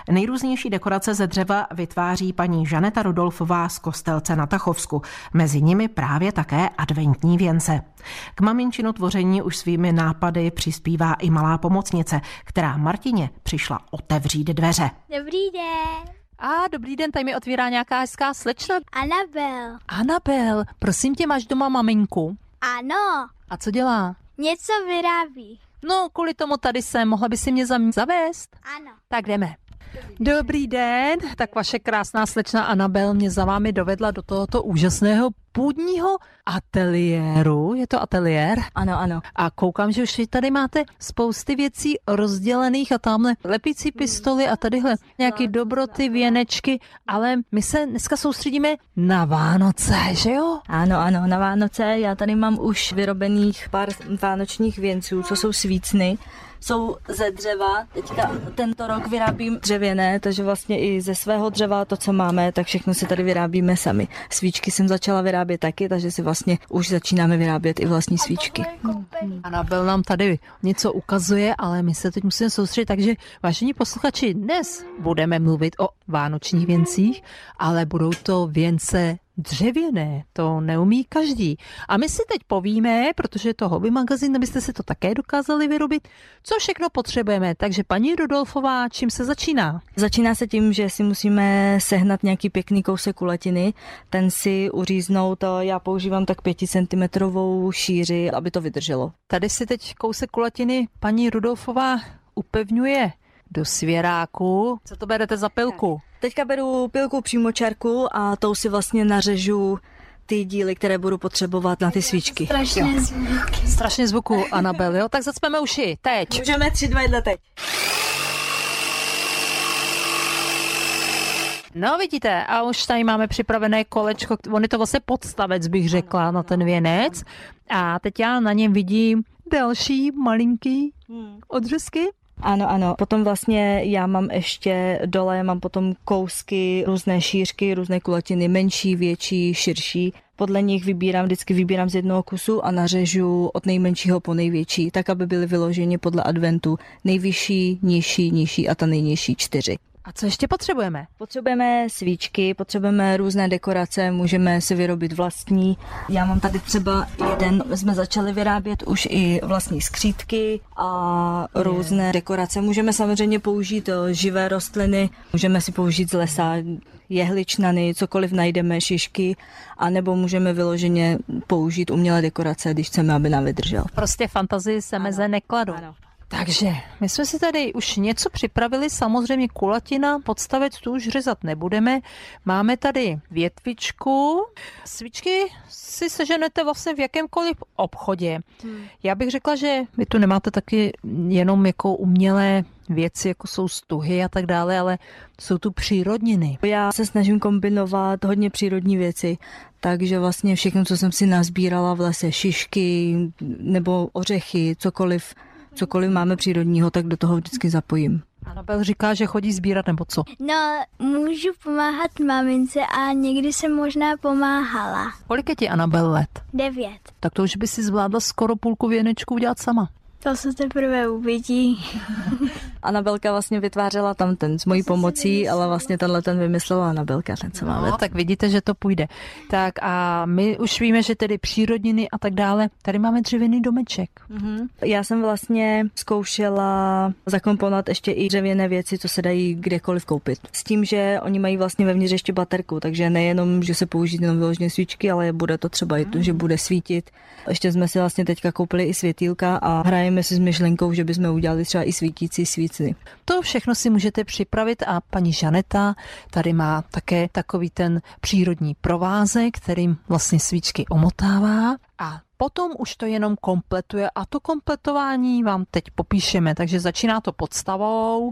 Nejrůznější dekorace ze dřeva vytváří paní Žaneta Rudolfová z Kostelce na Tachovsku. Mezi nimi právě také adventní věnce. K maminčinu tvoření už svými nápady přispívá i malá pomocnice, která Martině přišla otevřít dveře. Dobrý den. Dobrý den, tady mi otvírá nějaká hezká slečna. Anabel, prosím tě, máš doma maminku? Ano. A co dělá? Něco vyrábí. No, kvůli tomu tady jsem, mohla by si mě zavést? Ano. Tak jdeme. Dobrý den, tak vaše krásná slečna Anabel mě za vámi dovedla do tohoto úžasného půdního ateliéru. Je to ateliér? Ano. A koukám, že už tady máte spousty věcí rozdělených a tamhle lepící pistoly a tadyhle nějaký dobroty, věnečky, ale my se dneska soustředíme na Vánoce, že jo? Ano, na Vánoce. Já tady mám už vyrobených pár vánočních věnců, co jsou svícny. Jsou ze dřeva. Teďka tento rok vyrábím dřevěné, takže vlastně i ze svého dřeva to, co máme, tak všechno si tady vyrábíme sami. Svíčky jsem začala vyrábět taky, takže si vlastně už začínáme vyrábět i vlastní svíčky. Anabel nám tady něco ukazuje, ale my se teď musíme soustředit, takže vážení posluchači, dnes budeme mluvit o vánočních věncích, ale budou to věnce dřevěné, to neumí každý. A my si teď povíme, protože je to hobby magazín, abyste si to také dokázali vyrobit, co všechno potřebujeme. Takže paní Rudolfová, čím se začíná? Začíná se tím, že si musíme sehnat nějaký pěkný kousek kulatiny, ten si uříznout, já používám tak 5 cm šíři, aby to vydrželo. Tady si teď kousek kulatiny paní Rudolfová upevňuje do svěráku. Co to berete za pilku? Teďka beru pilku přímočarku a tou si vlastně nařežu ty díly, které budu potřebovat na ty svíčky. Strašně zvuku, Anabel, jo? Tak zacpeme uši, teď. Můžeme 3, 2, 1, teď. No vidíte, a už tady máme připravené kolečko, on je to vlastně podstavec, bych řekla, na ten věnec. A teď já na něm vidím další malinký odřezky. Ano. Potom vlastně já mám ještě dole, mám potom kousky, různé šířky, různé kulatiny, menší, větší, širší. Podle nich vždycky vybírám z jednoho kusu a nařežu od nejmenšího po největší, tak aby byly vyloženy podle adventu nejvyšší, nižší a ta nejnižší 4. A co ještě potřebujeme? Potřebujeme svíčky, potřebujeme různé dekorace, můžeme si vyrobit vlastní. Já mám tady třeba jsme začali vyrábět už i vlastní skřítky a různé dekorace. Můžeme samozřejmě použít živé rostliny, můžeme si použít z lesa jehličnany, cokoliv najdeme, šišky, anebo můžeme vyloženě použít umělé dekorace, když chceme, aby nám vydržel. Prostě fantazii se meze nekladou. Ano. Takže my jsme si tady už něco připravili, samozřejmě kulatina, podstavec tu už řezat nebudeme. Máme tady větvičku. Svíčky si seženete vlastně v jakémkoliv obchodě. Já bych řekla, že vy tu nemáte taky jenom jako umělé věci, jako jsou stuhy a tak dále, ale jsou tu přírodniny. Já se snažím kombinovat hodně přírodní věci, takže vlastně všechno, co jsem si nazbírala v lese, šišky nebo ořechy, cokoliv máme přírodního, tak do toho vždycky zapojím. Anabel říká, že chodí sbírat nebo co? No, můžu pomáhat mamince a někdy jsem možná pomáhala. Kolik je ti, Anabel, let? 9. Tak to už by si zvládla skoro půlku věnečku udělat sama. To se teprve uvidí. Anabelka vlastně vytvářela tam ten s mojí pomocí, ale vlastně ten vymyslela Anabelka, ten co máme. No, tak vidíte, že to půjde. Tak a my už víme, že tedy přírodniny a tak dále. Tady máme dřevěný domeček. Já jsem vlastně zkoušela zakomponovat ještě i dřevěné věci, co se dají kdekoliv koupit. S tím, že oni mají vlastně vevnitř ještě baterku, takže nejenom, že se použijí jenom vyloženě svíčky, ale bude to třeba i to, že bude svítit. Ještě jsme si vlastně teďka koupili i světýlka a hrajeme si s myšlenkou, že bychom udělali třeba i svítící svícny. To všechno si můžete připravit a paní Žaneta tady má také takový ten přírodní provázek, kterým vlastně svíčky omotává a potom už to jenom kompletuje a to kompletování vám teď popíšeme, takže začíná to podstavou.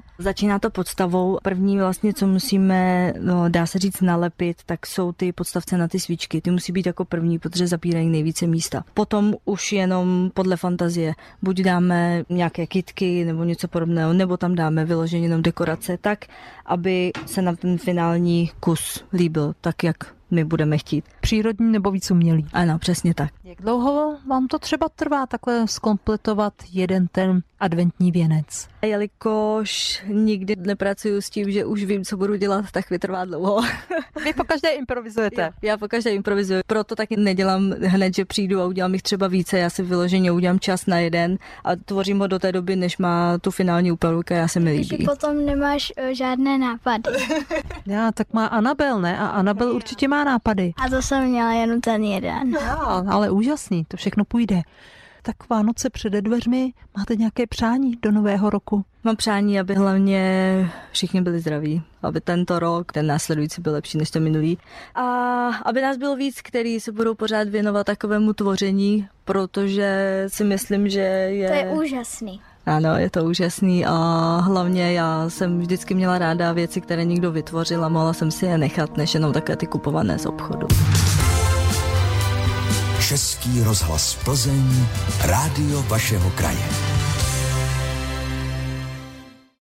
První vlastně, co musíme, dá se říct, nalepit, tak jsou ty podstavce na ty svíčky. Ty musí být jako první, protože zapírají nejvíce místa. Potom už jenom podle fantazie. Buď dáme nějaké kytky nebo něco podobného, nebo tam dáme vyloženě jenom dekorace tak, aby se nám ten finální kus líbil, tak jak my budeme chtít. Přírodní nebo víc umělý. Ano, přesně tak. Jak dlouho vám to třeba trvá takhle zkompletovat jeden ten adventní věnec? Jelikož nikdy nepracuju s tím, že už vím, co budu dělat, tak mi trvá dlouho. Vy pokaždé improvizujete. Já pokaždé improvizuju, proto taky nedělám hned, že přijdu a udělám jich třeba více. Já si vyloženě udělám čas na jeden a tvořím ho do té doby, než má tu finální úpravu, která se mi líbí. Takže potom nemáš žádné nápady. Já, tak má Anabel, ne? A Anabel určitě má nápady. A to jsem měla jen ten jeden. Jo, ale úžasný, to všechno půjde. Tak Vánoce přede dveřmi, máte nějaké přání do nového roku? Mám přání, aby hlavně všichni byli zdraví, aby tento rok, ten následující byl lepší než ten minulý. A aby nás bylo víc, který se budou pořád věnovat takovému tvoření, protože si myslím, že je... To je úžasný. Ano, je to úžasný a hlavně já jsem vždycky měla ráda věci, které někdo vytvořil a mohla jsem si je nechat, než jenom takové ty kupované z obchodu. Český rozhlas Plzeň, rádio vašeho kraje.